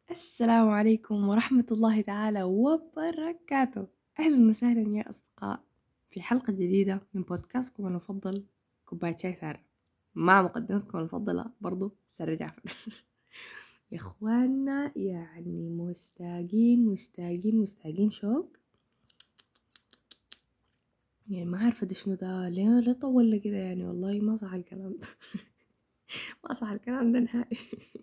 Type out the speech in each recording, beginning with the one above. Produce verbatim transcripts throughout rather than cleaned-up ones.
السلام عليكم ورحمة الله تعالى وبركاته. أهلا وسهلا يا أصدقاء في حلقة جديدة من بودكاستكم المفضل كوباية شاي سارة، مع مقدمتكم المفضلة برضو سارة جعفر. يا إخوانا يعني مشتاقين مشتاقين مشتاقين شوق، يعني ما عارفة ده شنو ده، ليه ليه طولنا كده؟ يعني والله ما صح الكلام ده. ما صح الكلام ده نهائي.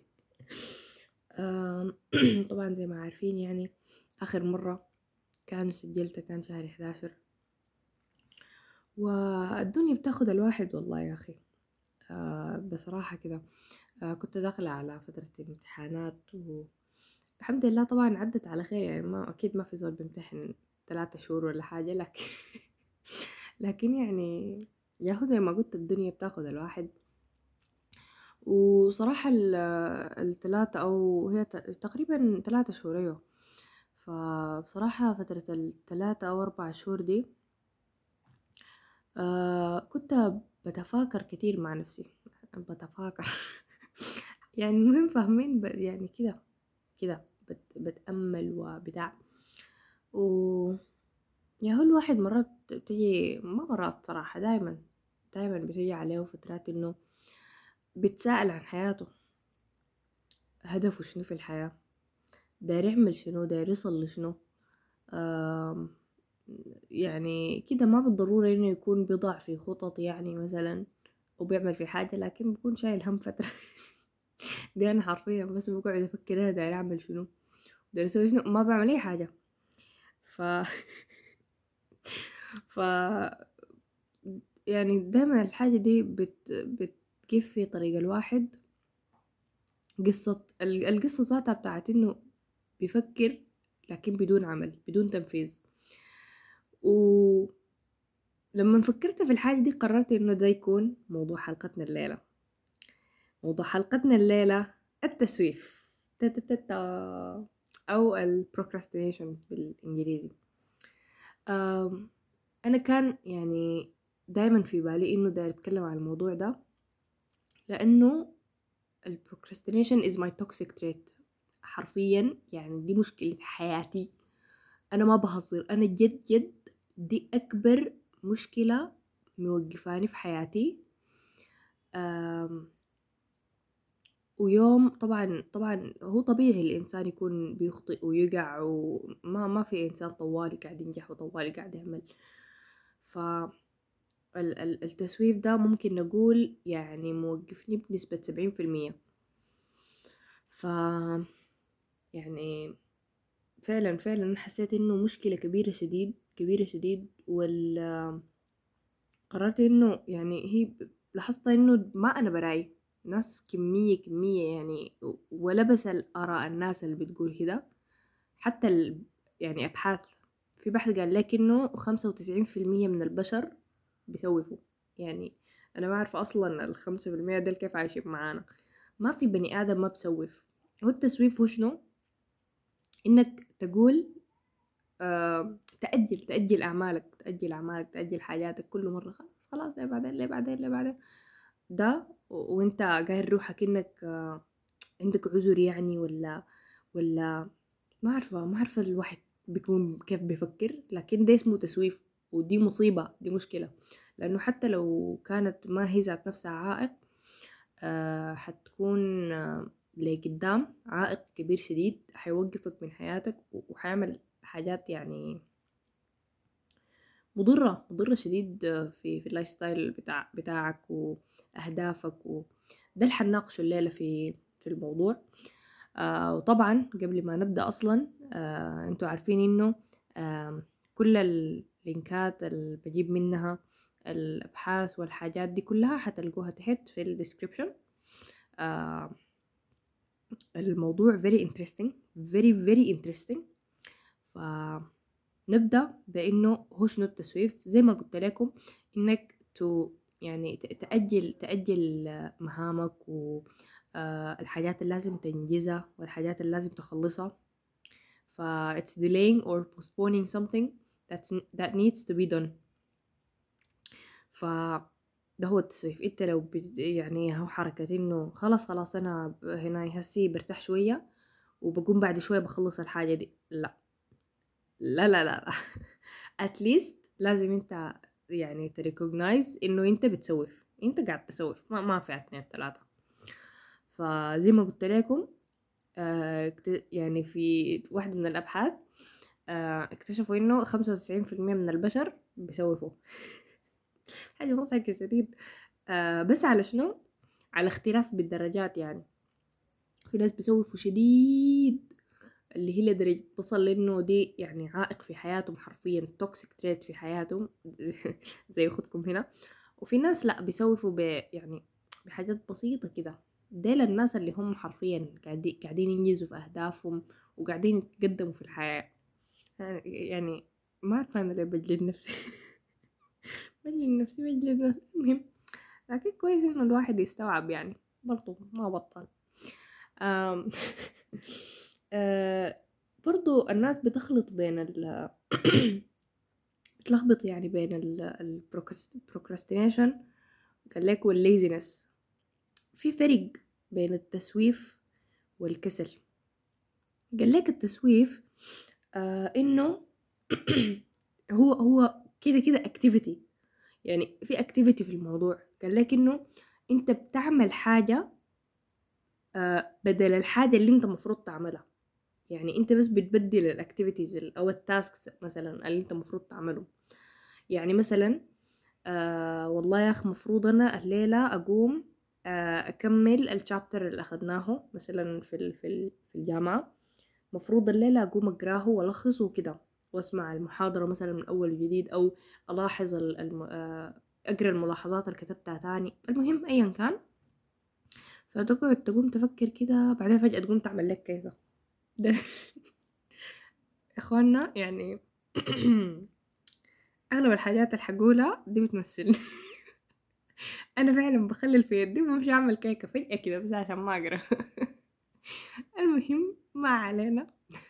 آم، طبعا زي ما عارفين يعني آخر مرة كان سجلت كان شهر إحداشر، والدنيا بتاخد الواحد والله يا أخي. آه بصراحة كده. آه كنت داخلة على فترة امتحانات والحمد لله طبعا عدت على خير، يعني ما أكيد ما في زول بيمتحن ثلاثة شهور ولا حاجة، لكن لكن يعني ياهو زي ما قلت الدنيا بتاخد الواحد. وصراحة ال- الثلاثة أو هي ت- تقريبا ثلاثة شهور أيوة. فبصراحة فترة الثلاثة أو أربع شهور دي آه كنت بتفاكر كتير مع نفسي، بتفاكر. يعني المهم فاهمين ب... يعني كده كده بت... بتأمل وبتاع. و يا هو الواحد مرات بتجي، ما مرات صراحة دايما دايما بتجي عليه فترات انه بتسأل عن حياته، هدفه شنو في الحياة، داير يعمل شنو، داير يصل لشنو. آم، يعني كده ما بالضرورة انه يكون بيضع في خطط يعني مثلا وبيعمل في حاجة، لكن بكون شايل هم فترة. دي أنا حرفيا بس بقعد أفكر أنا داير أعمل شنو، داير أسوي شنو، ما بعمل أي حاجة. ف ف يعني دايما الحاجة دي بت... بتجف في طريق الواحد قصة ال- القصة ذاتها بتاعت إنه بيفكر لكن بدون عمل بدون تنفيذ. ولما فكرت في الحاجة دي قررت إنه ده يكون موضوع حلقتنا الليلة. موضوع حلقتنا الليلة التسويف، تا تا تا تا، أو ال procrastination بالإنجليزي. أم، أنا كان يعني دايما في بالي إنه داير أتكلم عن الموضوع ده، لأنه ال procrastination is my toxic trait. حرفيا يعني دي مشكلة حياتي، أنا ما بهزر، أنا جد جد دي أكبر مشكلة موقفاني في حياتي. أم، ويوم طبعا طبعا هو طبيعي الإنسان يكون بيخطئ ويقع، وما ما في إنسان طوالي قاعد ينجح وطوالي قاعد يعمل. ف ال- ال- التسويف ده ممكن نقول يعني موقفني بنسبة سبعين في المية. ف يعني فعلا فعلا حسيت إنه مشكلة كبيرة شديد كبيرة شديد. وقررت إنه يعني هي لاحظت إنه ما أنا براي ناس كمية كمية يعني، ولا بس الآراء الناس اللي بتقول كده، حتى ال... يعني أبحاث. في بحث قال لك إنه خمسة وتسعين في المية من البشر بيسوفوا. يعني أنا ما أعرف أصلا الخمسة في المية دول كيف عايشين معانا. ما في بني آدم ما بسوف. هو التسويف هو شنو؟ إنك تقول آه تأجل تأجل أعمالك تأجل أعمالك تأجل حاجاتك كل مرة، خلاص خلاص ليه بعدين ليه بعدين ليه بعدين. ده و- وانت قاهر روحك انك آه عندك عذر يعني، ولا ولا ما عارفة ما عارفة الواحد بيكون كيف بيفكر، لكن ده اسمه تسويف. ودي مصيبة، دي مشكلة. لأنه حتى لو كانت ما هي ذات نفسها عائق، آه حتكون آه لقدام عائق كبير شديد، حيوقفك من حياتك وحيعمل حاجات يعني مضرة مضرة شديد آه، في في اللايف ستايل بتاع بتاعك وأهدافك. وده اللي حنناقشه الليلة في في الموضوع. آه وطبعا قبل ما نبدأ أصلا آه انتوا عارفين إنه آه كل اللينكات اللي بجيب منها الأبحاث والحاجات دي كلها حتلقوها تحت في الديسكريبشن. آه الموضوع very interesting very very interesting. فنبدأ بأنه هو شنو التسويف. زي ما قلت لكم إنك تو يعني ت- تأجل تأجل مهامك والحاجات اللي لازم تنجزها والحاجات اللي لازم تخلصها. ف it's delaying or postponing something that's that needs to be done. ف ده هو التسويف. انت لو بت- يعني هو حركة انه خلاص خلاص انا ب- هنا هسي برتاح شوية وبقوم بعد شوية بخلص الحاجة دي. لا لا لا لا اتليست لازم انت يعني تريكوجنايز انه انت بتسوف، انت قاعد تسوف، ما, ما في اتنين تلاتة. فزي ما قلت لكم آه يعني في واحدة من الابحاث آه اكتشفوا انه خمسة وتسعين في المية من البشر بيسوفوا حاجة مضحكة شديد. آه بس على شنو؟ على اختلاف بالدرجات يعني. في ناس بيسوفوا شديد اللي هي لدرجة بصل لانه دي يعني عائق في حياتهم حرفيا، توكسيك تريت في حياتهم زي اخدكم هنا. وفي ناس لا بيسوفوا ب يعني بحاجات بسيطة كده. ديل الناس اللي هم حرفيا قاعدين قاعدين ينجزوا في اهدافهم وقاعدين يتقدموا في الحياة. يعني ما عارفة انا ليه بجلد نفسي بجلد نفسي بجلد نفسي المهم. لكن كويس انه الواحد يستوعب يعني برضو ما بطل. آم آه برضو الناس بتخلط بين ال بتلخبط يعني بين ال procrastination قال لك والليزينس. في فرق بين التسويف والكسل. قال لك التسويف آه انه هو هو كده كده activity، يعني في activity في الموضوع. قال لك انه انت بتعمل حاجة آه بدل الحاجة اللي انت مفروض تعملها. يعني انت بس بتبدل الاكتيفيتيز او التاسكس مثلا اللي انت مفروض تعمله. يعني مثلا آه والله يا اخ مفروض انا الليلة اقوم آه اكمل الشابتر اللي اخدناه مثلا في ال- في ال- في الجامعة. مفروض الليلة اقوم اقراه والخصه وكده، واسمع المحاضرة مثلا من اول وجديد، او الاحظ ال- الم... آه اقرا الملاحظات اللي كتبتها تاني. المهم ايا كان. فتقعد تقوم تفكر كده بعدين فجأة تقوم تعمل لك كيكة ده اخوانا يعني اغلب الحاجات اللي حقولها دي بتمثلني انا فعلا بخلي في يدي وبمشي اعمل كيكه فجاه كده بس عشان ما اقرا المهم ما علينا.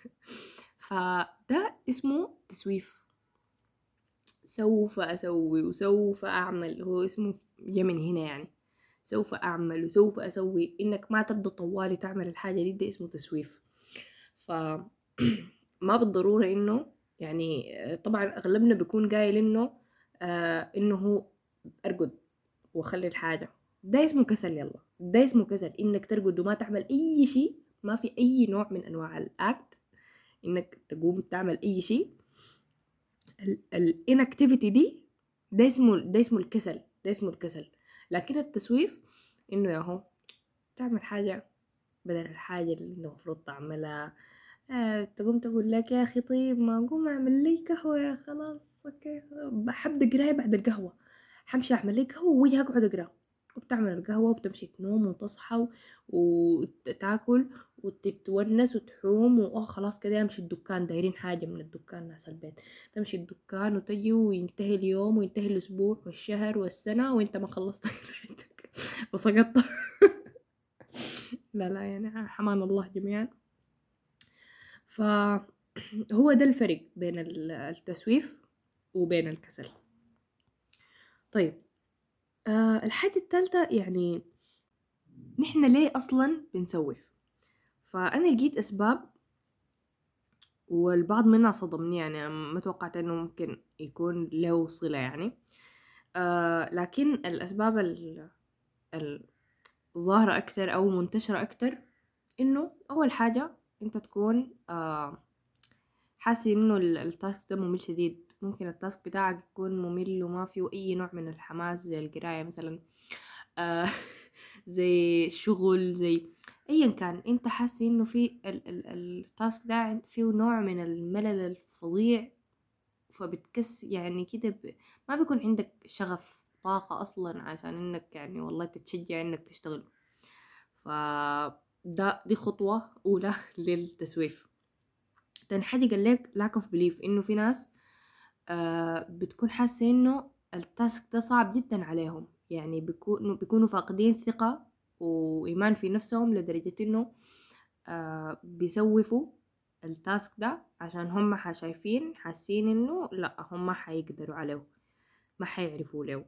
فده اسمه تسويف. سوف اسوي وسوف اعمل، هو اسمه جاي من هنا يعني. سوف اعمل وسوف اسوي، انك ما تبدا طوالي تعمل الحاجه دي، ده اسمه تسويف. ف ما بالضروره انه يعني طبعا اغلبنا بيكون قايل انه آه انه هو ارقد واخلي الحاجة. ده اسمه كسل. يلا ده اسمه كسل، انك ترقد وما تعمل اي شيء، ما في اي نوع من انواع الاكت انك تقوم تعمل اي شيء. الانكتيفيتي دي ده اسمه ده اسمه الكسل، ده اسمه الكسل. لكن التسويف انه ياهو تعمل حاجة بدل الحاجة اللي انت المفروض تعملها. آه، تقوم تقول لك يا اخي طيب ما اقوم اعمل لي قهوة يا خلاص اوكي بحب قراية بعد القهوة، حمشي اعمل لي قهوة واجي اقعد اقرا. وبتعمل القهوة وبتمشي تنوم وتصحى وتاكل وتتونس وتحوم واه خلاص كده امشي الدكان، دايرين حاجة من الدكان ناس البيت. تمشي الدكان وتجي وينتهي اليوم وينتهي الاسبوع والشهر والسنة وانت ما خلصت قرايتك وسقطت لا لا يعني حمان الله جميعا. فهو ده الفرق بين التسويف وبين الكسل. طيب آه الحاجة الثالثة يعني نحن ليه أصلا بنسوف؟ فأنا لقيت أسباب والبعض منها صدمني، يعني ما توقعت أنه ممكن يكون له صلة يعني. آه لكن الأسباب الظاهرة أكتر أو منتشرة أكتر إنه أول حاجة أنت تكون آه حاسس انه التاسك ده ممل شديد. ممكن التاسك بتاعك يكون ممل وما فيه اي نوع من الحماس، زي القرايه مثلا آه زي الشغل، زي ايا كان. انت حاسس انه في ال ال التاسك ده فيه نوع من الملل الفظيع، فبتكس يعني كده ب... ما بيكون عندك شغف طاقة اصلا عشان انك يعني والله تتشجع انك تشتغل. ف ده دي خطوة اولى للتسويف. تاني حاجة قال لك lack of belief، انه في ناس آه بتكون حاسة انه التاسك ده صعب جدا عليهم، يعني بيكونوا بيكونوا فاقدين ثقة وإيمان في نفسهم لدرجة انه آه بيسوفوا التاسك ده عشان هم شايفين حاسين انه لا هم حيقدروا عليه ما حيعرفوا له.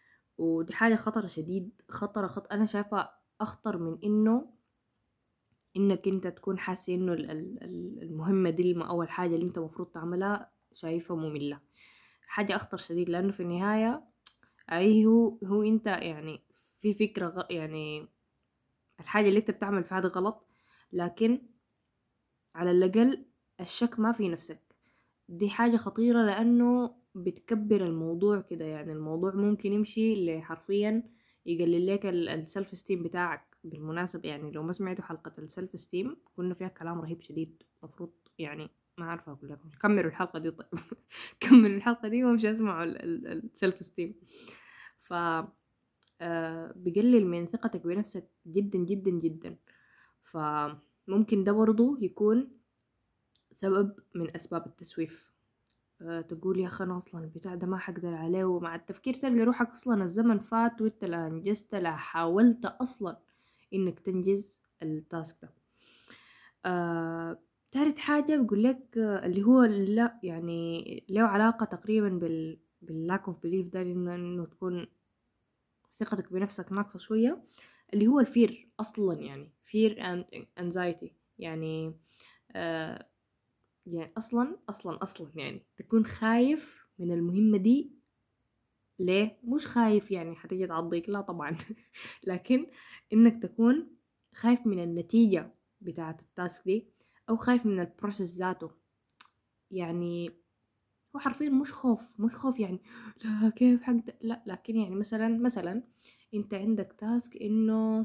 ودي حاجة خطرة شديد، خطرة خط أنا شايفة أخطر من إنه انك انت تكون حاسس انه المهمة دي اول حاجة اللي انت مفروض تعملها شايفها مملة. حاجة اخطر شديد، لانه في النهاية اي هو هو انت يعني في فكرة غ... يعني الحاجة اللي انت بتعمل فيها ده غلط، لكن على الاقل الشك ما في نفسك. دي حاجة خطيرة لانه بتكبر الموضوع كده، يعني الموضوع ممكن يمشي لحرفيا يقلل لك السلف استيم بتاعك. بالمناسبة يعني لو ما سمعتوا حلقة السلف استيم كنا فيها كلام رهيب شديد، مفروض يعني ما عارفة اقول لكم كملوا الحلقة دي. طيب كملوا الحلقة دي ومش اسمعوا السلف استيم. ف آه بيقلل من ثقتك بنفسك جدا جدا جدا. فممكن ده برضو يكون سبب من اسباب التسويف. أه تقول يا أخي أنا أصلا البتاع ده ما حقدر عليه، ومع التفكير تلقى روحك أصلا الزمن فات وإنت لا أنجزت لا حاولت أصلا إنك تنجز التاسك ده. أه تالت حاجة بقول لك آه، اللي هو لا يعني له علاقة تقريبا بال باللاك اوف بليف ده، إنه إنه تكون ثقتك بنفسك ناقصة شوية، اللي هو الفير أصلا، يعني fear and anxiety. يعني آه يعني أصلا أصلا أصلا يعني تكون خايف من المهمة دي. ليه؟ مش خايف يعني حتيجي تعضيك، لا طبعا. لكن إنك تكون خايف من النتيجة بتاعة التاسك دي، أو خايف من البروسيس ذاته. يعني هو حرفيا مش خوف مش خوف يعني لا كيف حقدر، لا، لكن يعني مثلا مثلا انت عندك تاسك انه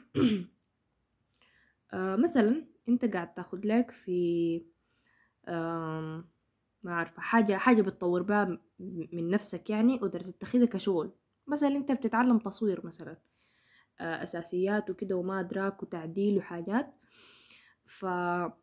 آه مثلا انت قاعد تاخد لك في آم، ما عارفة حاجة حاجة بتطور بها م- من نفسك، يعني قدرت تتخذها كشغل. مثلا انت بتتعلم تصوير مثلا، آه، اساسيات وكده وما ادراك وتعديل وحاجات. فجاتك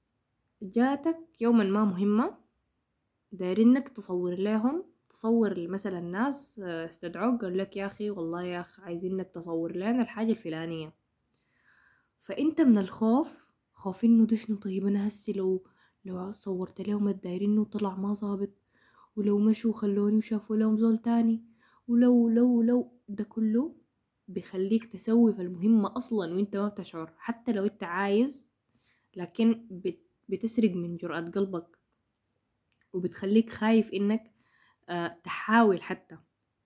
يوما ما مهمة دايرينك تصور لهم، تصور مثلا ناس آه، استدعوك قال لك يا اخي والله يا اخي عايزينك تصور لنا الحاجة الفلانية. فانت من الخوف خوف انه ده شنو، طيب انا هسي لو لو صورت لهم الدايرين وطلع ما ظابط، ولو مشوا خلوني وشافوا لهم زول تاني، ولو لو لو ده كله بيخليك تسوي في المهمة أصلا وانت ما بتشعر، حتى لو انت عايز، لكن بت بتسرق من جرأة قلبك وبتخليك خايف انك آه تحاول حتى.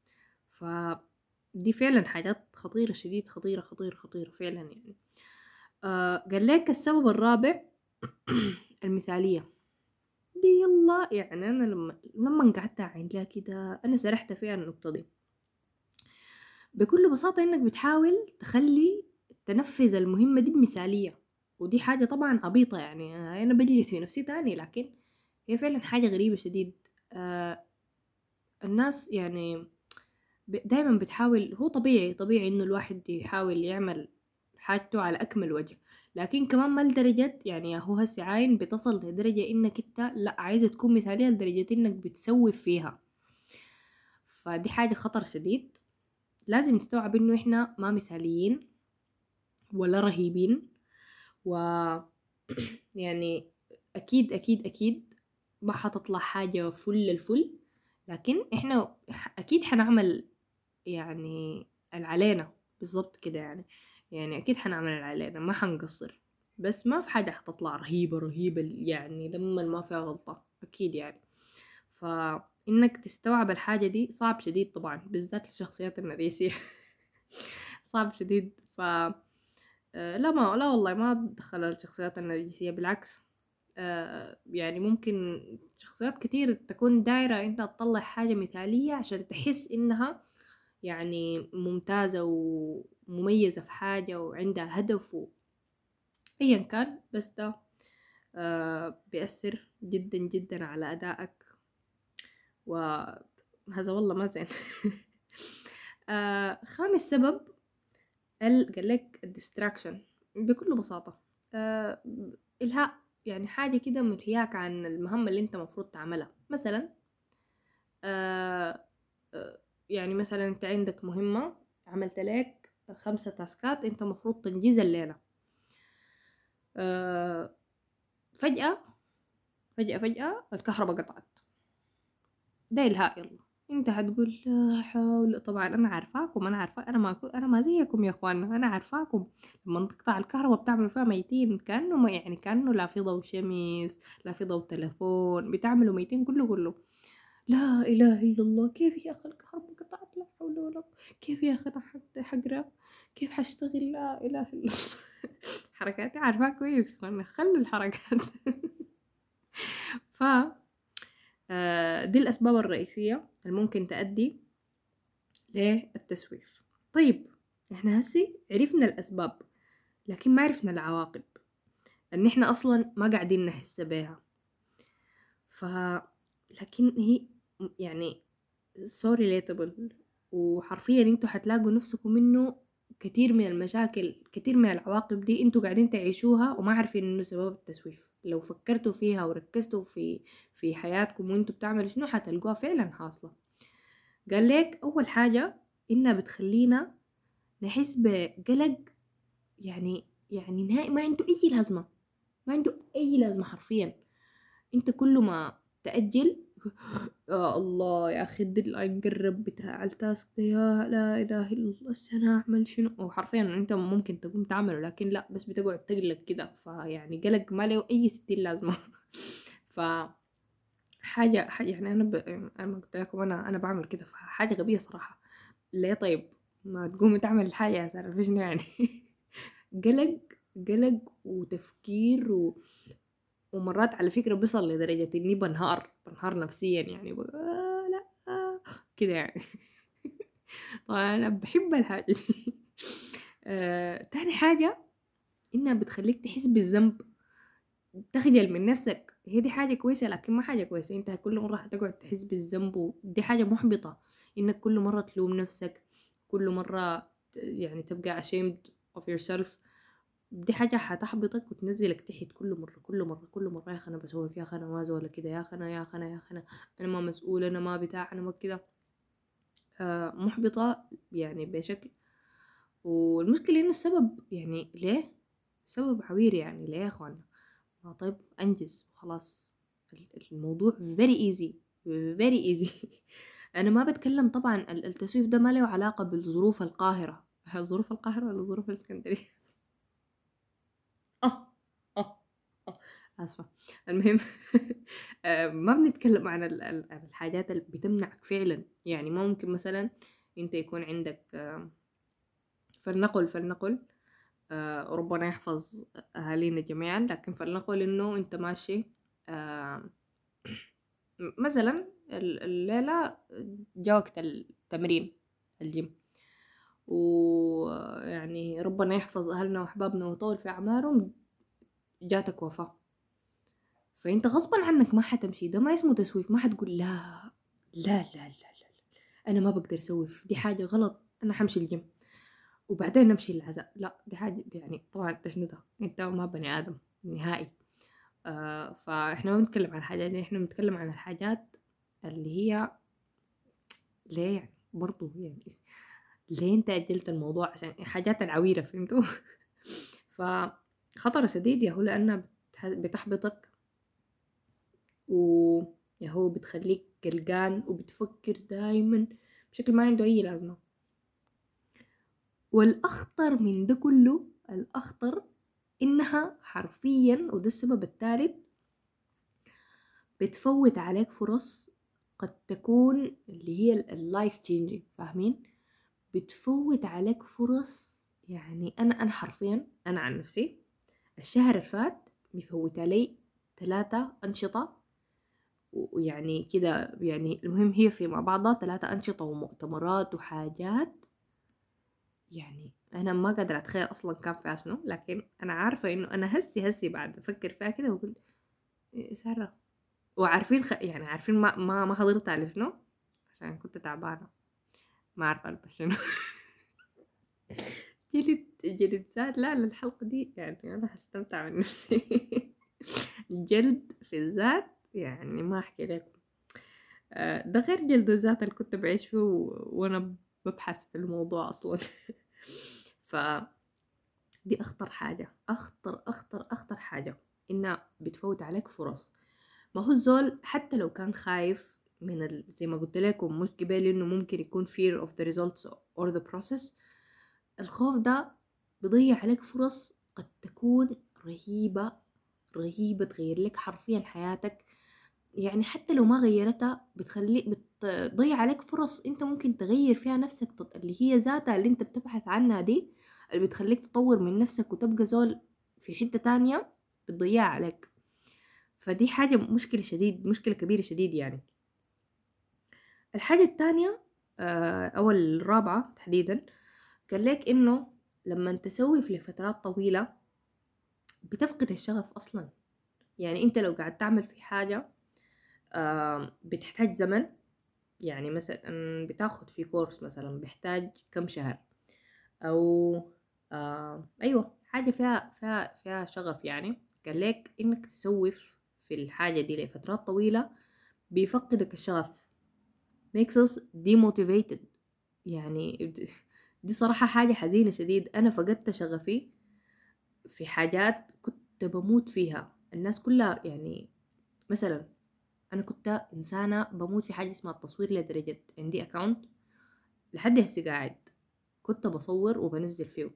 فدي فعلا حاجات خطيرة شديد، خطيرة خطيرة خطيرة فعلا يعني. آه قال لك السبب الرابع المثالية دي. يلا يعني أنا لما لما قعدت أعين لها كده أنا سرحت فيها النقطة دي. بكل بساطة إنك بتحاول تخلي تنفذ المهمة دي بمثالية، ودي حاجة طبعا عبيطة، يعني أنا بجلد في نفسي تاني، لكن هي فعلا حاجة غريبة شديد. آه الناس يعني دايما بتحاول، هو طبيعي طبيعي إنه الواحد يحاول يعمل حاجته على أكمل وجه، لكن كمان ما لدرجة يعني هو هسي عاين بتصل لدرجة إنك إنت لأ عايزة تكون مثالية لدرجة إنك بتسوي فيها. فدي حاجة خطر شديد. لازم نستوعب إنه إحنا ما مثاليين ولا رهيبين، و يعني أكيد أكيد أكيد ما حتطلع حاجة فل الفل، لكن إحنا أكيد حنعمل يعني العلينا بالظبط كده يعني. يعني أكيد حنعمل العلينا ما حنقصر، بس ما في حاجة حتطلع رهيبة رهيبة يعني لما ما فيها غلطة أكيد يعني. فإنك تستوعب الحاجة دي صعب شديد طبعا، بالذات للشخصيات النرجسية. صعب شديد. ف آه، لا ما لا والله ما دخل الشخصيات النرجسية، بالعكس. آه، يعني ممكن شخصيات كتير تكون دايرة انها تطلع حاجة مثالية عشان تحس انها يعني ممتازة ومميزة في حاجة وعندها هدف و... ايا كان، بس ده آه بيأثر جدا جدا على أدائك، وهذا والله ما زين. آه خامس سبب ال قالك الديستراكشن بكل بساطة. آه إلهاء، يعني حاجة كده ملهياك عن المهمة اللي انت مفروض تعملها. مثلا آه آه يعني مثلا انت عندك مهمة عملت لك خمسة تاسكات انت مفروض تنجزها الليلة. آه فجأة فجأة فجأة الكهرباء قطعت. ده إلهاء يلا. انت هتقول لا حول. طبعا انا عارفاكم، انا عارفا انا ما انا ما زيكم يا اخوانا، انا عارفاكم. لما تقطع الكهرباء بتعملوا فيها ميتين، كانه ما يعني كانه لا في ضوء شمس لا في ضوء تلفون، بتعملوا ميتين كله كله. لا اله الا الله، كيف يا اخي الكهرباء قطعت؟ لا حول ولا قوة. كيف يا اخي انا حق- حقرا؟ كيف حشتغل؟ لا اله الا الله. حركاتي عارفاها كويس يا اخوانا، خلوا الحركات. ف آه، دي الاسباب الرئيسيه اللي ممكن تؤدي للتسويف. طيب احنا هسي عرفنا الأسباب لكن ما عرفنا العواقب، لأن احنا أصلا ما قاعدين نحس بيها. ف لكن هي يعني so relatable، وحرفيا انتوا هتلاقوا نفسكم انه كتير من المشاكل كتير من العواقب دي انتوا قاعدين تعيشوها وما عارفين انه سبب التسويف. لو فكرتوا فيها وركزتوا في في حياتكم وانتوا بتعملوا شنو هتلقوها فعلا حاصلة. قال لك أول حاجة إنها بتخلينا نحس بقلق، يعني يعني نهائي ما عنده أي لازمة، ما عنده أي لازمة حرفيا. أنت كل ما تأجل يا الله يا أخي الديدلاين قرب بتاع التاسك ده، يا لا إله إلا الله السنة أعمل شنو. وحرفيا أنت ممكن تقوم تعمله لكن لا، بس بتقعد تقلق كده، فيعني قلق ما له أي ستين لازمة. ف حاجة حاجة يعني أنا ب... أنا قلت لكم أنا أنا بعمل كده، فحاجة غبية صراحة. ليه طيب ما تقوم تعمل الحاجة يا سارة فيش يعني. قلق قلق وتفكير و... ومرات على فكرة بيصل لدرجة إني بنهار بنهار نفسيا، يعني بقى آه لا آه كده يعني. طبعا أنا بحب الحاجة دي. آه، تاني حاجة إنها بتخليك تحس بالذنب، تخجل من نفسك. هي دي حاجة كويسة لكن ما حاجة كويسة. انت كل مرة هتقعد تحس بالذنب، ودي حاجة محبطة انك كل مرة تلوم نفسك، كل مرة ت- يعني تبقى ashamed of yourself. دي حاجة هتحبطك وتنزلك تحت كل مرة كل مرة كل مرة. يا اخي انا بسوي، يا اخي انا ما زول كده، يا اخي انا يا اخي انا يا اخي انا انا ما مسؤول، انا ما بتاع، انا ما كده. آه، محبطة يعني بشكل. والمشكلة انه السبب يعني ليه سبب عوير، يعني ليه يا اخوانا؟ آه طيب انجز وخلاص. الموضوع very easy very easy. انا ما بتكلم طبعا ال- التسويف ده ما له علاقة بالظروف القاهرة. ظروف القاهرة ولا ظروف الاسكندرية؟ اه اه اه اسفة. المهم. آه، ما بنتكلم عن ال- ال- الحاجات اللي بتمنعك فعلا. يعني ما ممكن مثلا انت يكون عندك آه، فلنقل فلنقل آه، ربنا يحفظ أهالينا جميعا، لكن فلنقل إنه أنت ماشي آه، مثلا ال- الليلة جا وقت التمرين الجيم، ويعني ربنا يحفظ أهلنا وأحبابنا ويطول في أعمارهم، جاتك وفاة. فأنت غصبا عنك ما حتمشي. ده ما اسمه تسويف. ما حتقول لا لا لا لا لا أنا ما بقدر أسوف، دي حاجة غلط، أنا حمشي الجيم وبعدين نمشي العزاء. لا دي حاجة دي يعني طبعا تشنو ده، انت ما بني آدم نهائي. آه، فاحنا ما بنتكلم عن الحاجات دي، احنا بنتكلم عن الحاجات اللي هي ليه يعني برضو يعني ليه انت أجلت الموضوع عشان حاجات العويرة فهمتوا. فخطر شديد يا هو لأنها بتح- بتحبطك، و يا هو بتخليك قلقان وبتفكر دايما بشكل ما عنده أي لازمة. والأخطر من ده كله، الأخطر إنها حرفيا، وده السبب الثالث، بتفوت عليك فرص قد تكون اللي هي اللايف تشينجينج. فاهمين؟ بتفوت عليك فرص. يعني أنا أنا حرفيا أنا عن نفسي الشهر اللي فات بيفوت علي ثلاثة أنشطة، ويعني كده يعني المهم هي في مع بعضها ثلاثة أنشطة ومؤتمرات وحاجات. يعني أنا ما قادرة أتخيل أصلا كان فيها شنو، لكن أنا عارفة إنه أنا هسي هسي بعد أفكر فيها كده وأقول إيه سارة. وعارفين خ... يعني عارفين ما ما ما حضرت على شنو عشان كنت تعبانة، ما عارفة ألبس شنو. جلد جلد ذات. لا لا الحلقة دي يعني أنا هستمتع من نفسي. جلد في الذات يعني ما أحكي لكم. آه، ده غير جلد الذات اللي كنت بعيش فيه و... وأنا ببحث في الموضوع أصلا. فدي أخطر حاجة، أخطر أخطر أخطر حاجة إنها بتفوت عليك فرص. ما هو الزول حتى لو كان خايف من ال... زي ما قلت لكم مش قبال انه ممكن يكون fear of the results or the process. الخوف ده بيضيع عليك فرص قد تكون رهيبة رهيبة، تغير لك حرفيا حياتك. يعني حتى لو ما غيرتها بتخلي بتضيع عليك فرص انت ممكن تغير فيها نفسك، تط- اللي هي ذاتها اللي انت بتبحث عنها دي، اللي بتخليك تطور من نفسك وتبقى زول في حتة تانية، بتضيعها عليك. فدي حاجة مشكلة شديد، مشكلة كبيرة شديد يعني. الحاجة التانية آه، أو الرابعة تحديدا، قال لك إنه لما تسوي في لفترات طويلة بتفقد الشغف أصلا. يعني أنت لو قاعد تعمل في حاجة آه، بتحتاج زمن، يعني مثلا بتاخد في كورس مثلا بيحتاج كم شهر، أو آه أيوة حاجة فيها فيها فيها شغف، يعني قال لك إنك تسوف في الحاجة دي لفترات طويلة بيفقدك الشغف، makes us demotivated. يعني دي صراحة حاجة حزينة شديد. أنا فقدت شغفي في حاجات كنت بموت فيها. الناس كلها يعني مثلا أنا كنت إنسانة بموت في حاجة اسمها التصوير، لدرجة عندي أكاونت لحد هسي قاعد كنت بصور وبنزل فيه.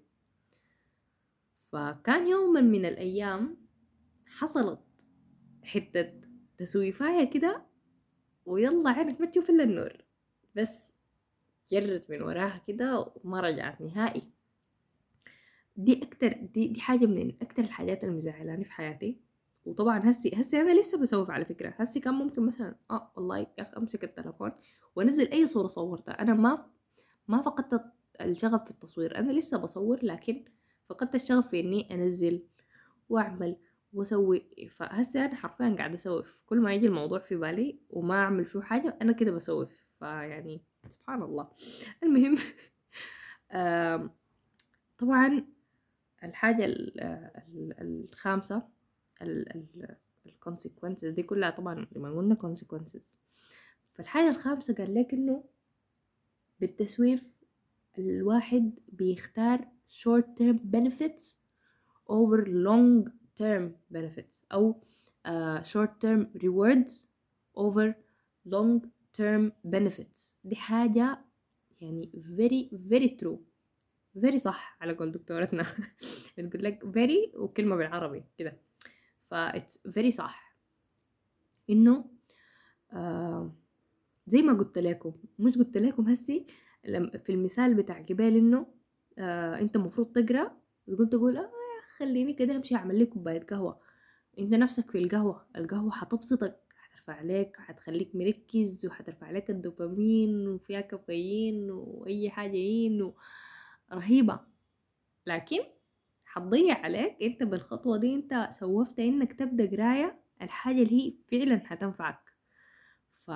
فكان يوما من الأيام حصلت حتة تسويفاية كده، ويلا عينك ما تشوف إلا النور، بس جرت من وراها كده وما رجعت نهائي. دي اكتر دي, دي حاجة من اكتر الحاجات اللي مزعلاني في حياتي. وطبعا هسي هسي انا لسه بسوف على فكرة. هسي كان ممكن مثلا اه والله يا اخي امسك التليفون وانزل اي صورة صورتها. انا ما ما فقدت الشغف في التصوير، انا لسه بصور، لكن فقدت الشغف في اني انزل واعمل واسوي. فهسه انا حرفيا قاعدة اسوف، كل ما يجي الموضوع في بالي وما اعمل فيه حاجة انا كده بسوف. فيعني سبحان الله. المهم آم، طبعا الحاجة ال- ال- الخامسة، ال ال ال consequences دي كلها طبعا لما قلنا consequences. فالحاجة الخامسة قال لك انه بالتسويف الواحد بيختار short term benefits over long term benefits، او uh, short term rewards over long term benefits. دي حاجة يعني very very true، very صح على قول دكتورتنا. بتقول لك very وكلمة بالعربي كده، ف it's very صح. انه آه زي ما قلت لكم، مش قلت لكم هسي لم- في المثال بتاع جبال انه آه انت المفروض تقرا وتقول تقول اه خليني كده امشي اعمل لي كوبايه قهوه. انت نفسك في القهوه، القهوه حتبسطك، هترفع عليك، هتخليك مركز، وهترفع عليك الدوبامين، وفيها كافيين واي حاجه ين رهيبه. لكن هتضيع عليك انت بالخطوة دي. انت سوفت انك تبدأ قراية الحاجة اللي هي فعلا هتنفعك. ف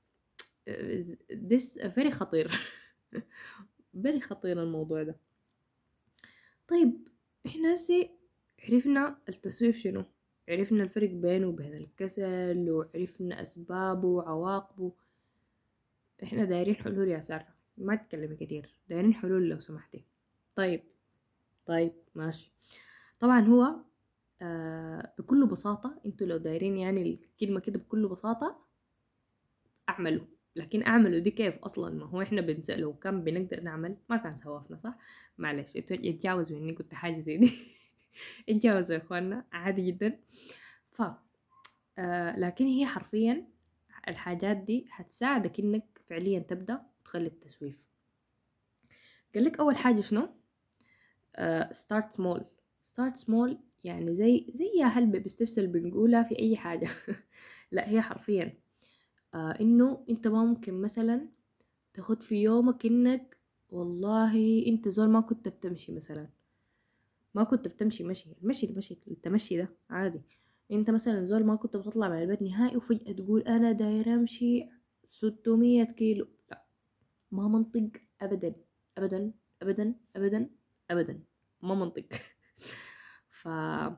this very خطير. very خطير الموضوع ده. طيب احنا هسي عرفنا التسويف شنو، عرفنا الفرق بينه وبين الكسل، وعرفنا أسبابه وعواقبه. احنا دايرين حلول يا سارة، ما تتكلمي كتير، دايرين حلول لو سمحتي. طيب طيب ماشي. طبعا هو آه بكل بساطة انتوا لو دايرين يعني الكلمة كده بكل بساطة اعملوا. لكن اعملوا دي كيف اصلا؟ ما هو احنا بنسأل لو كان بنقدر نعمل ما كان سوافنا صح. معلش انتوا اتجاوزوا اني قلت حاجة زي دي. اتجاوزوا يا اخوانا عادي جدا. ف آه لكن هي حرفيا الحاجات دي هتساعدك انك فعليا تبدأ وتخلي التسويف. قالك اول حاجة شنو؟ آه start small. start small يعني زي زي يا هل بستبس اللي بنقولها في اي حاجة. لا هي حرفيا آه انه انت ما ممكن مثلا تاخد في يومك انك والله انت زول ما كنت بتمشي مثلا، ما كنت بتمشي مشي المشي المشي التمشي ده عادي. انت مثلا زول ما كنت بتطلع من البيت نهائي وفجأة تقول انا داير امشي ستمية كيلو. لا ما منطق ابدا ابدا ابدا ابدا ابدا، ما منطق. ف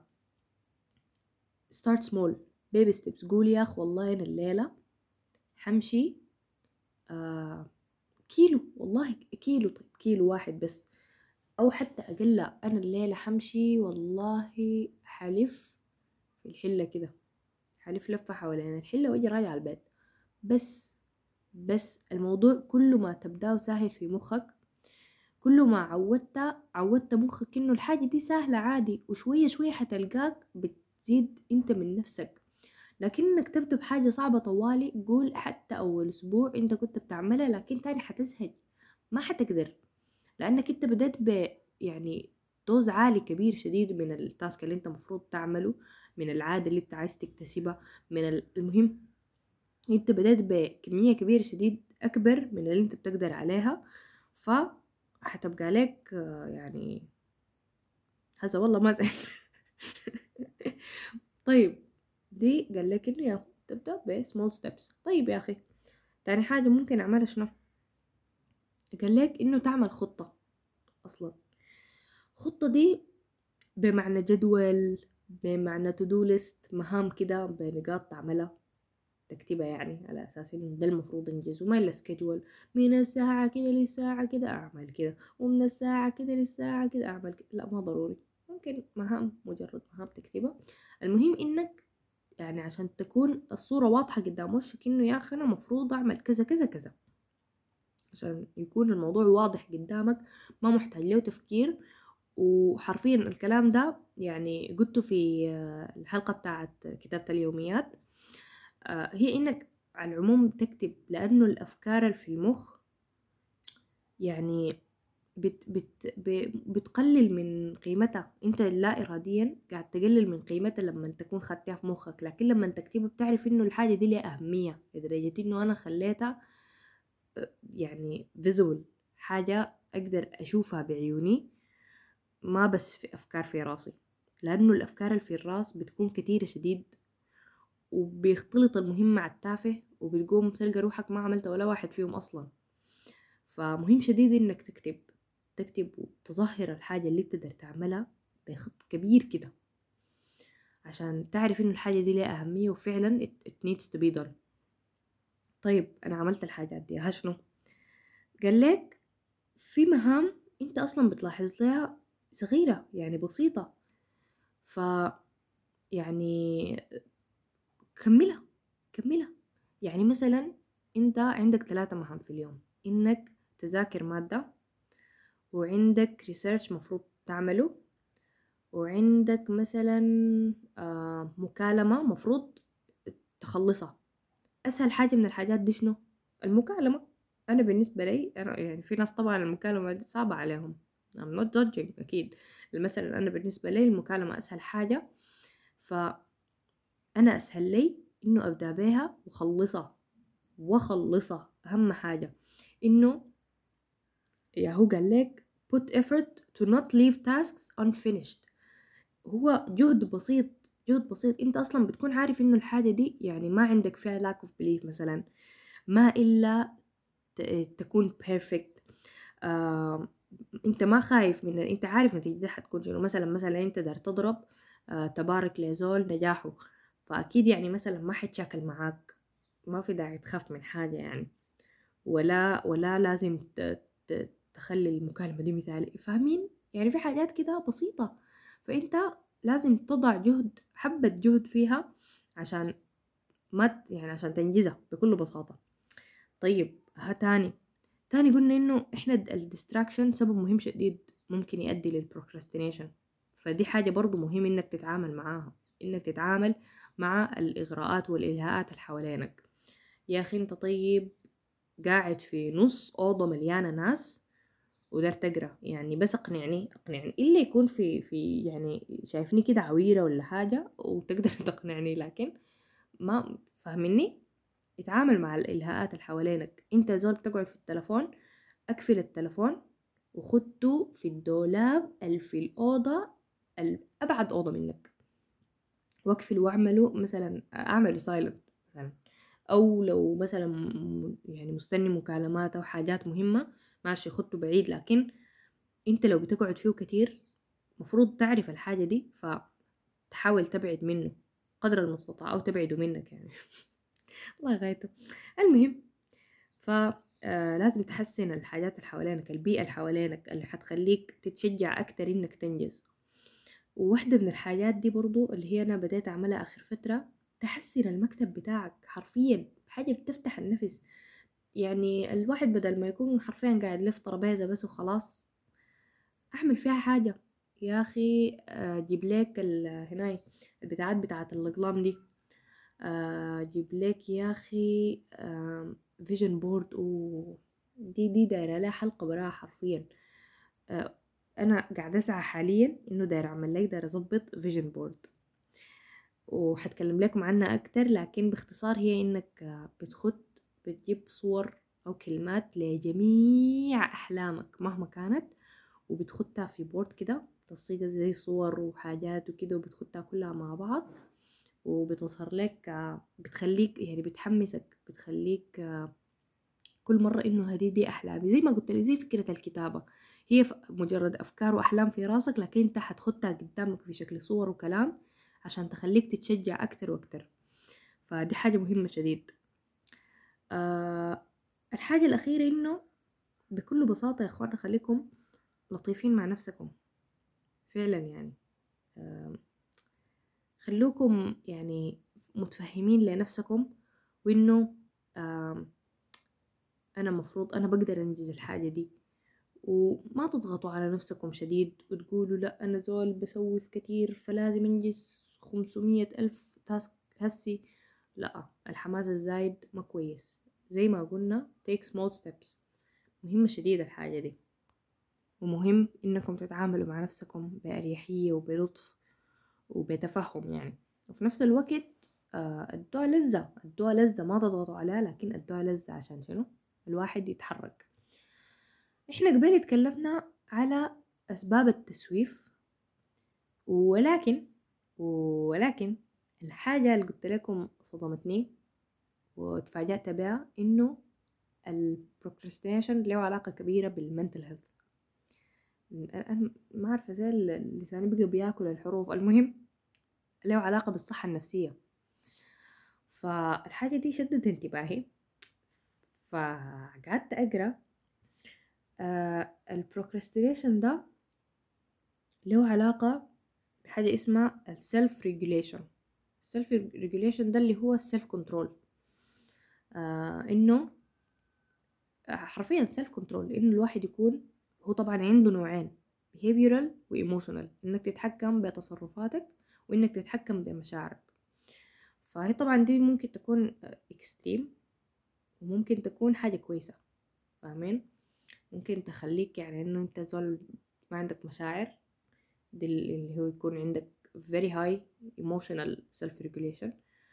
start small baby steps. قول يا اخ والله انا الليلة حمشي آه كيلو، والله كيلو، طيب كيلو واحد بس، او حتى اقل. انا الليلة حمشي والله حلف في الحلة كده، حلف لفة حوالين الحلة واجي راجع البيت بس. بس الموضوع كل ما تبداه سهل في مخك، كل ما عودت عودت مخك انه الحاجة دي سهلة عادي، وشوية شوية حتلقاك بتزيد انت من نفسك. لكنك تبدأ بحاجة صعبة طوالي، قول حتى أول أسبوع أنت كنت بتعملها، لكن تاني حتزهج، ما حتقدر، لأنك أنت بدأت ب يعني دوز عالي كبير شديد من التاسك اللي أنت مفروض تعمله، من العادة اللي أنت عايز تكتسبها، من ال- المهم أنت بدأت بكمية كبيرة شديد أكبر من اللي أنت بتقدر عليها، فحتبقى عليك آه، يعني هذا والله ما زين. طيب، دي قال لك إنه يا تبدأ ب small steps. طيب يا أخي، تاني حاجة ممكن أعملها شنو؟ قال لك إنه تعمل خطة. أصلا خطة دي بمعنى جدول، بمعنى to do list، مهام كده بنقاط تعملها، تكتبها يعني على أساس إنه ده المفروض إنجز، وما إلا schedule من الساعة كده للساعة كده أعمل كده، ومن الساعة كده للساعة كده أعمل كده. لا، ما ضروري، ممكن مهام، مجرد مهام تكتبها. المهم إنك يعني عشان تكون الصورة واضحة قدام وشك إنه يا أخي أنا مفروض أعمل كذا كذا كذا، عشان يكون الموضوع واضح قدامك، ما محتاج له تفكير. وحرفيا الكلام ده يعني قلته في آه، الحلقة بتاعت كتابة اليوميات. آه، هي إنك على العموم تكتب، لأنه الأفكار اللي في المخ يعني بت بت ب- بتقلل من قيمتها. انت لا اراديا قاعد تقلل من قيمتها لما تكون خدتها في مخك، لكن لما تكتبها بتعرف انه الحاجة دي لها اهمية لدرجة انه انا خليتها يعني visible، حاجة اقدر اشوفها بعيوني، ما بس في افكار في راسي. لانه الافكار اللي في الراس بتكون كتيرة شديد، وبيختلط المهم مع التافه، وبتقوم تلقى روحك ما عملت ولا واحد فيهم اصلا. فمهم شديد انك تكتب تكتب وتظهر الحاجة اللي تقدر تعملها بخط كبير كده، عشان تعرف انه الحاجة دي لها اهمية وفعلا it, it needs to be done. طيب انا عملت الحاجات دي، ها شنو؟ قال لك في مهام انت اصلا بتلاحظ لها صغيرة يعني بسيطة، ف يعني كملها كملها. يعني مثلا انت عندك ثلاثة مهام في اليوم، انك تذاكر مادة، وعندك ريسيرش مفروض تعمله، وعندك مثلا آه مكالمة مفروض تخلصها. أسهل حاجة من الحاجات دي شنو؟ المكالمة. أنا بالنسبة لي أنا يعني في ناس طبعا المكالمة دي صعبة عليهم، I'm not judging أكيد. مثلا أنا بالنسبة لي المكالمة أسهل حاجة، فأنا أسهل لي إنه أبدأ بيها وخلصها وخلصها. أهم حاجة إنه يا هو قال لك put effort to not leave tasks unfinished. هو جهد بسيط، جهد بسيط، انت اصلا بتكون عارف انه الحاجة دي يعني ما عندك فيها lack of belief مثلا، ما الا ت- تكون perfect. آه، انت ما خايف من، انت عارف نتيجتها حتكون شنو. مثلا مثلا انت دار تضرب آه تبارك لزول نجاحه، فاكيد يعني مثلا ما حيتشاكل معاك، ما في داعي تخاف من حاجة يعني، ولا ولا لازم ت- ت- تخلي المكالمة دي مثالي، فاهمين؟ يعني في حاجات كده بسيطة، فأنت لازم تضع جهد، حبة جهد فيها، عشان ما ت- يعني عشان تنجزها بكل بساطة. طيب ها تاني تاني قلنا إنه إحنا الديستراكشن سبب مهم شديد ممكن يؤدي للبروكراستينيشن، فدي حاجة برضو مهم إنك تتعامل معاها، إنك تتعامل مع الإغراءات والإلهاءات اللي حوالينك. يا أخي أنت طيب قاعد في نص أوضة مليانة ناس ودار تقرا، يعني بس اقنعني اقنعني إلا يكون في في يعني شايفني كده عويرة ولا حاجة وتقدر تقنعني، لكن ما فاهمني. اتعامل مع الإلهاءات اللي حوالينك. انت زول بتقعد في التلفون، اقفل التلفون وخدته في الدولاب اللي في الأوضة الأبعد أوضة منك، واقفل واعمله مثلا اعمله سايلنت مثلا. او لو مثلا م- يعني مستني مكالمات او حاجات مهمة، ماشي خدته بعيد، لكن انت لو بتقعد فيه كتير مفروض تعرف الحاجة دي، فتحاول تبعد منه قدر المستطاع او تبعده منك يعني. الله غايته. المهم، ف آه لازم تحسن الحاجات اللي حوالينك، البيئة اللي حوالينك اللي حتخليك تتشجع أكتر إنك تنجز. وواحدة من الحاجات دي برضو اللي هي أنا بديت أعملها آخر فترة، تحسن المكتب بتاعك حرفيا، حاجة بتفتح النفس. يعني الواحد بدل ما يكون حرفيا قاعد لف ترابيزة بس وخلاص، اعمل فيها حاجة يا اخي. آه، جيب لك هناي البتاعات بتاعت الاقلام دي، آه، جيب لك يا اخي فيجن بورد، ودي دي دايره لها حلقه براها حرفيا. آه، انا قاعده اسعى حاليا انه داير اعمل لك، داير اظبط فيجن بورد، وحتكلم لكم عنها اكتر. لكن باختصار هي انك آه، بتخد بتجيب صور او كلمات لجميع احلامك مهما كانت، وبتخدها في بورد كده، تصيغها زي صور وحاجات وكده، وبتخدها كلها مع بعض، وبتظهر لك آه، بتخليك يعني بتحمسك، بتخليك آه، كل مرة انه هذه دي احلامي. زي ما قلت لي، زي فكرة الكتابة، هي ف- مجرد افكار واحلام في راسك، لكن انت حتحطها قدامك في شكل صور وكلام عشان تخليك تتشجع اكتر واكتر. فدي حاجة مهمة شديد. أه الحاجة الأخيرة إنه بكل بساطة يا أخوانا، خليكم لطيفين مع نفسكم فعلا يعني. أه خلوكم يعني متفهمين لنفسكم، وإنه أه أنا مفروض أنا بقدر أنجز الحاجة دي، وما تضغطوا على نفسكم شديد وتقولوا لا أنا زول بسوي كتير فلازم أنجز خمسمية ألف تاسك هسي. لا، الحماس الزايد ما كويس. زي ما قلنا take small steps، مهمة شديدة الحاجة دي. ومهم إنكم تتعاملوا مع نفسكم بأريحية وبلطف وبتفهم يعني. وفي نفس الوقت آه، ادوها لذة، ادوها لذة، ما تضغطوا عليها، لكن ادوها لذة عشان شنو؟ الواحد يتحرك. احنا قبل اتكلمنا على أسباب التسويف، ولكن ولكن الحاجة اللي قلت لكم صدمتني وتفاجأت بها، إنه البروكراستينيشن له علاقة كبيرة بالمنتل هيلث. أنا ما عارفة زي لساني بقى بياكل الحروف. المهم له علاقة بالصحة النفسية. فالحاجة دي شدت انتباهي، فقعدت أقرأ. آه البروكراستينيشن ده له علاقة بحاجة اسمها السلف ريجوليشن. السلف ريجوليشن ده اللي هو السلف كنترول. آه انه حرفيا سيلف كنترول، انه الواحد يكون هو طبعا عنده نوعين، behavioral و emotional، انك تتحكم بتصرفاتك وانك تتحكم بمشاعرك. فهي طبعا دي ممكن تكون اكستريم، وممكن تكون حاجة كويسة. فاهمين؟ ممكن تخليك يعني انه انت زول ما عندك مشاعر، دي اللي هو يكون عندك very high emotional self regulation.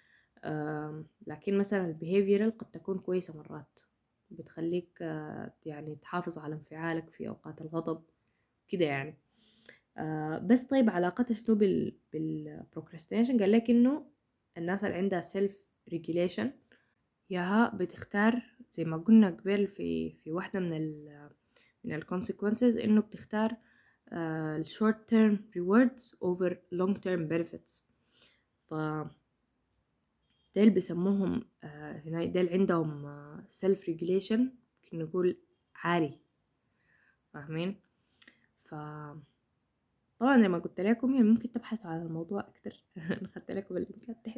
لكن مثلا البيهيفيرال قد تكون كويسة مرات، بتخليك آه، يعني تحافظ على انفعالك في أوقات الغضب كده يعني. آه، بس طيب علاقتها شنو بال بالبروكراستينيشن؟ قال لك إنه الناس اللي عندها سيلف ريجوليشن ياها بتختار زي ما قلنا قبل في في واحدة من ال من الكونسيكونسز، إنه بتختار ال short term rewards over long term benefits. ف ديل بيسموهم آه هنا ديل عندهم آه self regulation، ممكن نقول عالي. فاهمين؟ ف طبعا زي ما قلت لكم يعني ممكن تبحثوا على الموضوع اكتر نخدت لكم اللينكات تحت.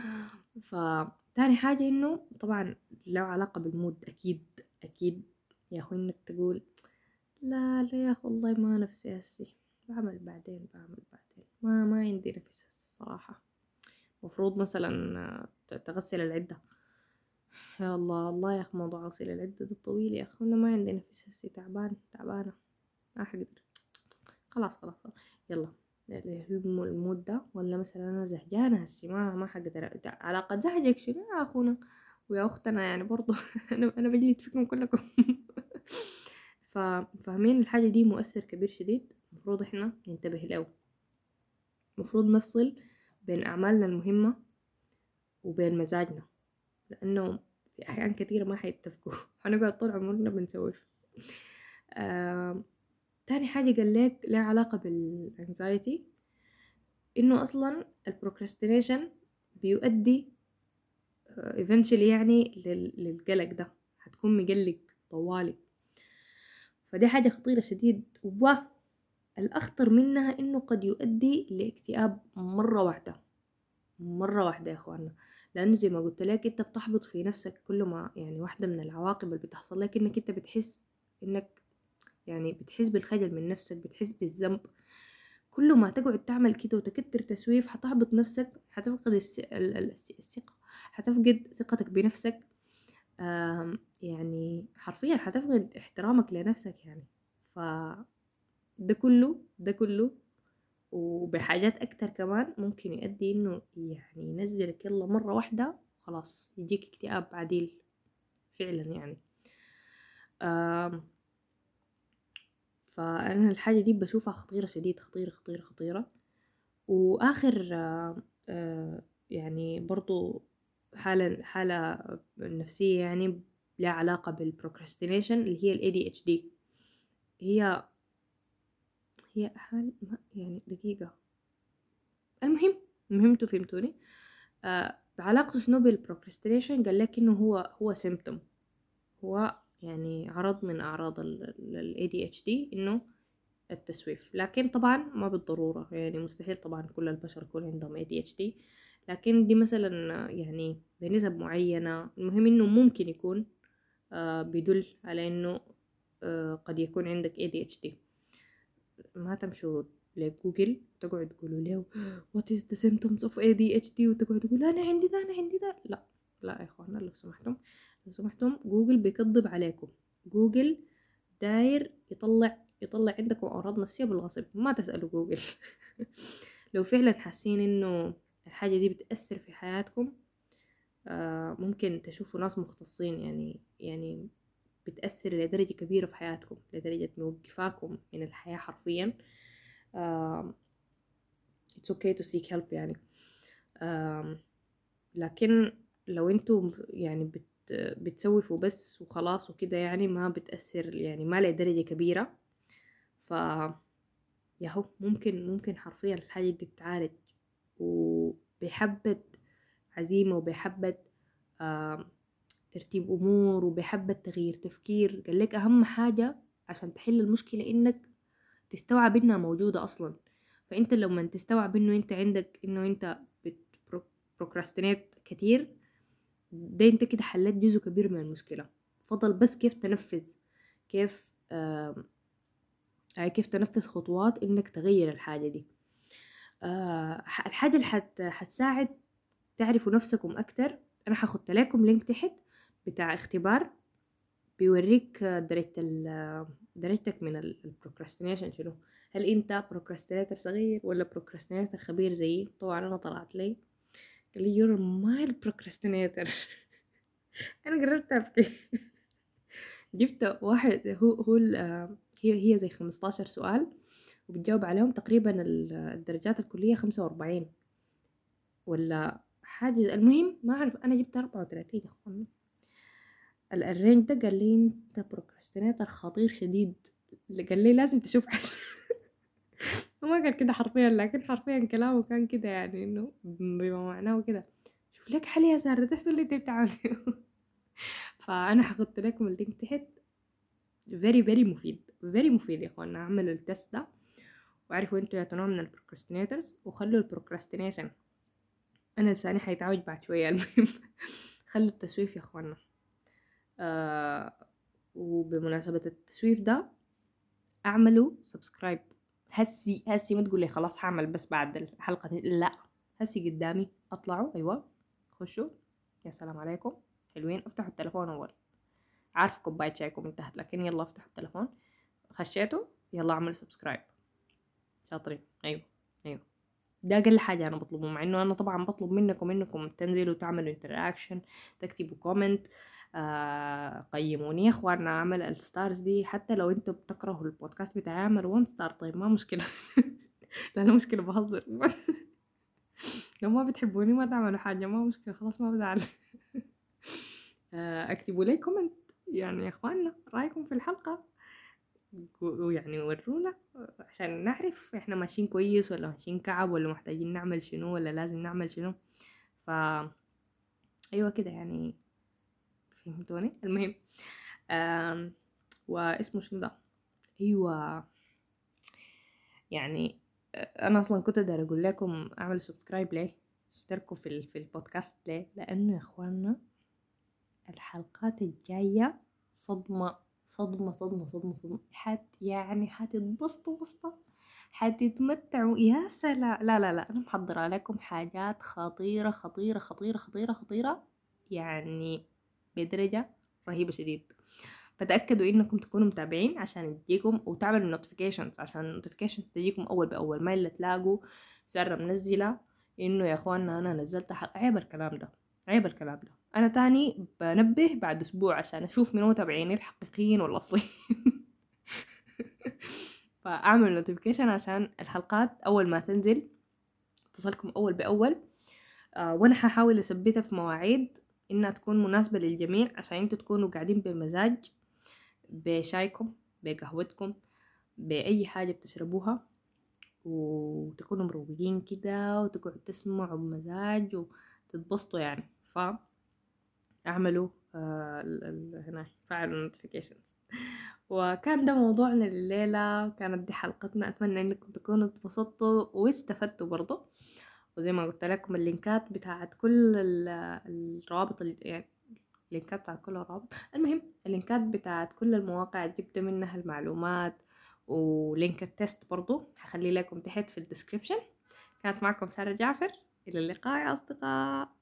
فتاني حاجة انه طبعا له علاقة بالمود، اكيد اكيد يا اخوي، انك تقول لا لا يا اخي والله ما نفسي هسي، بعمل بعدين بعمل بعدين، ما ما عندي نفس الصراحة. مفروض مثلا آه، تغسل العدة، يا الله الله يا اخي موضوع غسيل العدة ده طويل يا اخي، انا ما عندي نفس هسي، تعبان تعبانة ما حقدر. خلاص خلاص خلاص. يلا المود ده، ولا مثلا انا زهجانة هسي ما ما حقدر. علاقة زهجك شنو يا اخونا ويا اختنا يعني برضو انا انا بجلد فيكم كلكم ففاهمين الحاجة دي مؤثر كبير شديد، المفروض احنا ننتبه له. المفروض نفصل بين اعمالنا المهمة وبين مزاجنا، لانه في احيان كثيرة ما حيتفقوا هنقعد طول عمرنا بنسوف. آه، تاني حاجة قال لك لها علاقة بالانكزايتي، انه اصلا البروكراستينيشن بيؤدي آه eventually يعني لل- للقلق ده، هتكون مقلق طوالي. فدي حاجة خطيرة شديد، والأخطر منها انه قد يؤدي لاكتئاب مرة واحدة مرة واحدة يا اخوانا. لانه زي ما قلت لك انت بتحبط في نفسك كل ما يعني واحدة من العواقب اللي بتحصل لك انك انت بتحس انك يعني بتحس بالخجل من نفسك، بتحس بالذنب. كل ما تقعد تعمل كده وتكتر تسويف حتحبط نفسك، حتفقد الس- ال- ال- الس- الثقة، حتفقد ثقتك بنفسك. آم، يعني حرفيا حتفقد احترامك لنفسك يعني. ف ده كله ده كله وبحاجات أكتر كمان ممكن يؤدي إنه يعني ينزلك يلا مرة واحدة خلاص يجيك اكتئاب عديل فعلا يعني. آم، فأنا الحاجة دي بشوفها خطيرة شديد، خطيرة خطيرة خطيرة. وآخر آه، آه، يعني برضو حالة حالة نفسية يعني لها علاقة بالبروكراستينيشن اللي هي ال إيه دي إتش دي. هي هي حال ما- يعني دقيقة. المهم المهم انتوا فهمتوني. آه بعلاقته شنو بالبروكراستينيشن؟ قال لك انه هو هو سيمتوم، هو يعني عرض من اعراض ال إيه دي إتش دي انه التسويف. لكن طبعا ما بالضرورة يعني مستحيل طبعا كل البشر يكون عندهم إيه دي إتش دي، لكن دي مثلا يعني بنسب معينة. المهم انه ممكن يكون آه بيدل على انه آه قد يكون عندك إيه دي إتش دي. ما تمشوا لجوجل تقعد تقولوا له what is the symptoms of إيه دي إتش دي وتقعد تقول انا عندي ده انا عندي ده. لا لا يا اخوانا، لو سمحتم لو سمحتم جوجل بيكذب عليكم. جوجل داير يطلع يطلع عندكم امراض نفسيه بالغصب. ما تسالوا جوجل. لو فعلا حاسين انه الحاجه دي بتاثر في حياتكم، آه ممكن تشوفوا ناس مختصين يعني يعني بتأثر لدرجة كبيرة في حياتكم، لدرجة موقفاكم من الحياة حرفيا. آم، it's okay to seek help يعني. آم، لكن لو انتوا يعني بت بتسوفوا بس وخلاص وكده يعني ما بتأثر يعني ما لدرجة كبيرة، ف ياهو ممكن ممكن حرفيا الحاجة دي تتعالج وبحبة عزيمة وبحبة آم، ترتيب أمور وبحبة تغيير تفكير. قال لك أهم حاجة عشان تحل المشكلة إنك تستوعب إنها موجودة أصلا. فأنت لما تستوعب إنه أنت عندك إنه أنت بروكراستينيت كتير، ده أنت كده حلت جزء كبير من المشكلة. فضل بس كيف تنفذ، كيف آه كيف تنفذ خطوات إنك تغير الحاجة دي. آه الحاجة اللي حت حتساعد تعرفوا نفسكم أكتر. أنا حاخدت لكم لينك تحت بتاع اختبار بيوريك درجة ال درجتك من البروكراستينيشن شنو. هل انت بروكراستينيتر صغير ولا بروكراستينيتر خبير زيي؟ طبعا انا طلعت لي قال لي you're a mild procrastinator. انا قررت ابكي. جبت واحد هو هو ال- هي هي زي خمستاشر سؤال وبتجاوب عليهم تقريبا ال- الدرجات الكلية خمسة وأربعين ولا حاجة. المهم ما أعرف أنا جبت أربعة وثلاثين يا أخوان. ال- الرينج ده قال لي أنت بروكراستينيتر خطير شديد. اللي قال لي لازم تشوف حل. ما قال كده حرفيا لكن حرفيا كلامه كان كده يعني انه بما معناه كده شوف لك حل يا سارة ده اللي انت بتعمله. فانا ححط لكم اللينك تحت. very very مفيد very مفيد يا اخوانا. اعملوا التست ده وعرفوا انتوا يا نوع من البروكراستينيترز وخلوا البروكراستينيشن. انا لساني حيتعوج بعد شويه. المهم خلوا التسويف يا اخوانا. آه وبمناسبة التسويف ده اعملوا سبسكرايب. هسي هسي ما تقول لي خلاص حعمل بس بعد الحلقة دي. لا هسي قدامي اطلعوا ايوه خشوا. يا سلام عليكم حلوين. افتحوا التلفون اول. عارف كوباية شايكم انتهت لكن يلا افتحوا التلفون. خشيتوا يلا اعملوا سبسكرايب. شاطرين. ايوه ايوه ده اقل حاجة انا بطلبه، مع انه انا طبعا بطلب منكم انكم تنزلوا تعملوا انتراكشن تكتبوا كومنت. آه قيموني يا اخوانا. اعمل الستارز دي حتى لو انتوا بتكرهوا البودكاست بتاعي اعملوا وان ستار طيب ما مشكلة. لا لا مشكلة بهزر. لو ما بتحبوني ما تعملوا حاجة ما مشكلة خلاص ما بزعل. آه اكتبوا لي كومنت يعني يا اخوانا رايكم في الحلقة ويعني ورونا عشان نعرف احنا ماشيين كويس ولا ماشيين كعب ولا محتاجين نعمل شنو ولا لازم نعمل شنو. ف ايوه كده يعني فهمتوني. المهم آم... واسمه شنو ده. ايوه يعني انا اصلا كنت داير اقول لكم اعملوا سبسكرايب ليه اشتركوا في ال- في البودكاست. ليه؟ لأنه يا إخواننا الحلقات الجاية صدمة صدمة صدمة صدمة صدمة. حت يعني حتتبسطوا بسطة، حتتمتعوا يا سلام. لا لا لا، أنا محضرة لكم حاجات خطيرة خطيرة خطيرة خطيرة خطيرة، يعني بدرجة رهيبة شديد. فتأكدوا إنكم تكونوا متابعين عشان تجيكم، وتعملوا notifications عشان notifications تجيكم أول بأول، ما إلا تلاقوا سارة منزلة إنه يا إخواننا أنا نزلت حلقة. عيب الكلام ده، عيب الكلام ده. أنا تاني بنبه بعد أسبوع عشان أشوف منو متابعيني الحقيقيين والأصليين. فأعمل notification عشان الحلقات أول ما تنزل تصلكم أول بأول. آه وأنا هحاول أثبتها في مواعيد إنها تكون مناسبة للجميع، عشان انتوا تكونوا قاعدين بمزاج، بشايكم، بقهوتكم، بأي حاجة بتشربوها، وتكونوا مروقين كده وتقعدوا تسمعوا بمزاج وتتبسطوا يعني. فاعملوا آه ال- ال- هنا فعلوا notifications. وكان ده موضوعنا الليلة، كانت دي حلقتنا. أتمنى أنكم تكونوا اتبسطتوا واستفدتوا برضو. وزي ما قلت لكم اللينكات بتاعت كل ال- الروابط ال- يعني اللينكات بتاعت كل الروابط، المهم اللينكات بتاعت كل المواقع جبت منها المعلومات، ولينك التست برضو هخلي لكم تحت في الديسكريبشن. كانت معكم سارة جعفر، إلى اللقاء يا أصدقاء.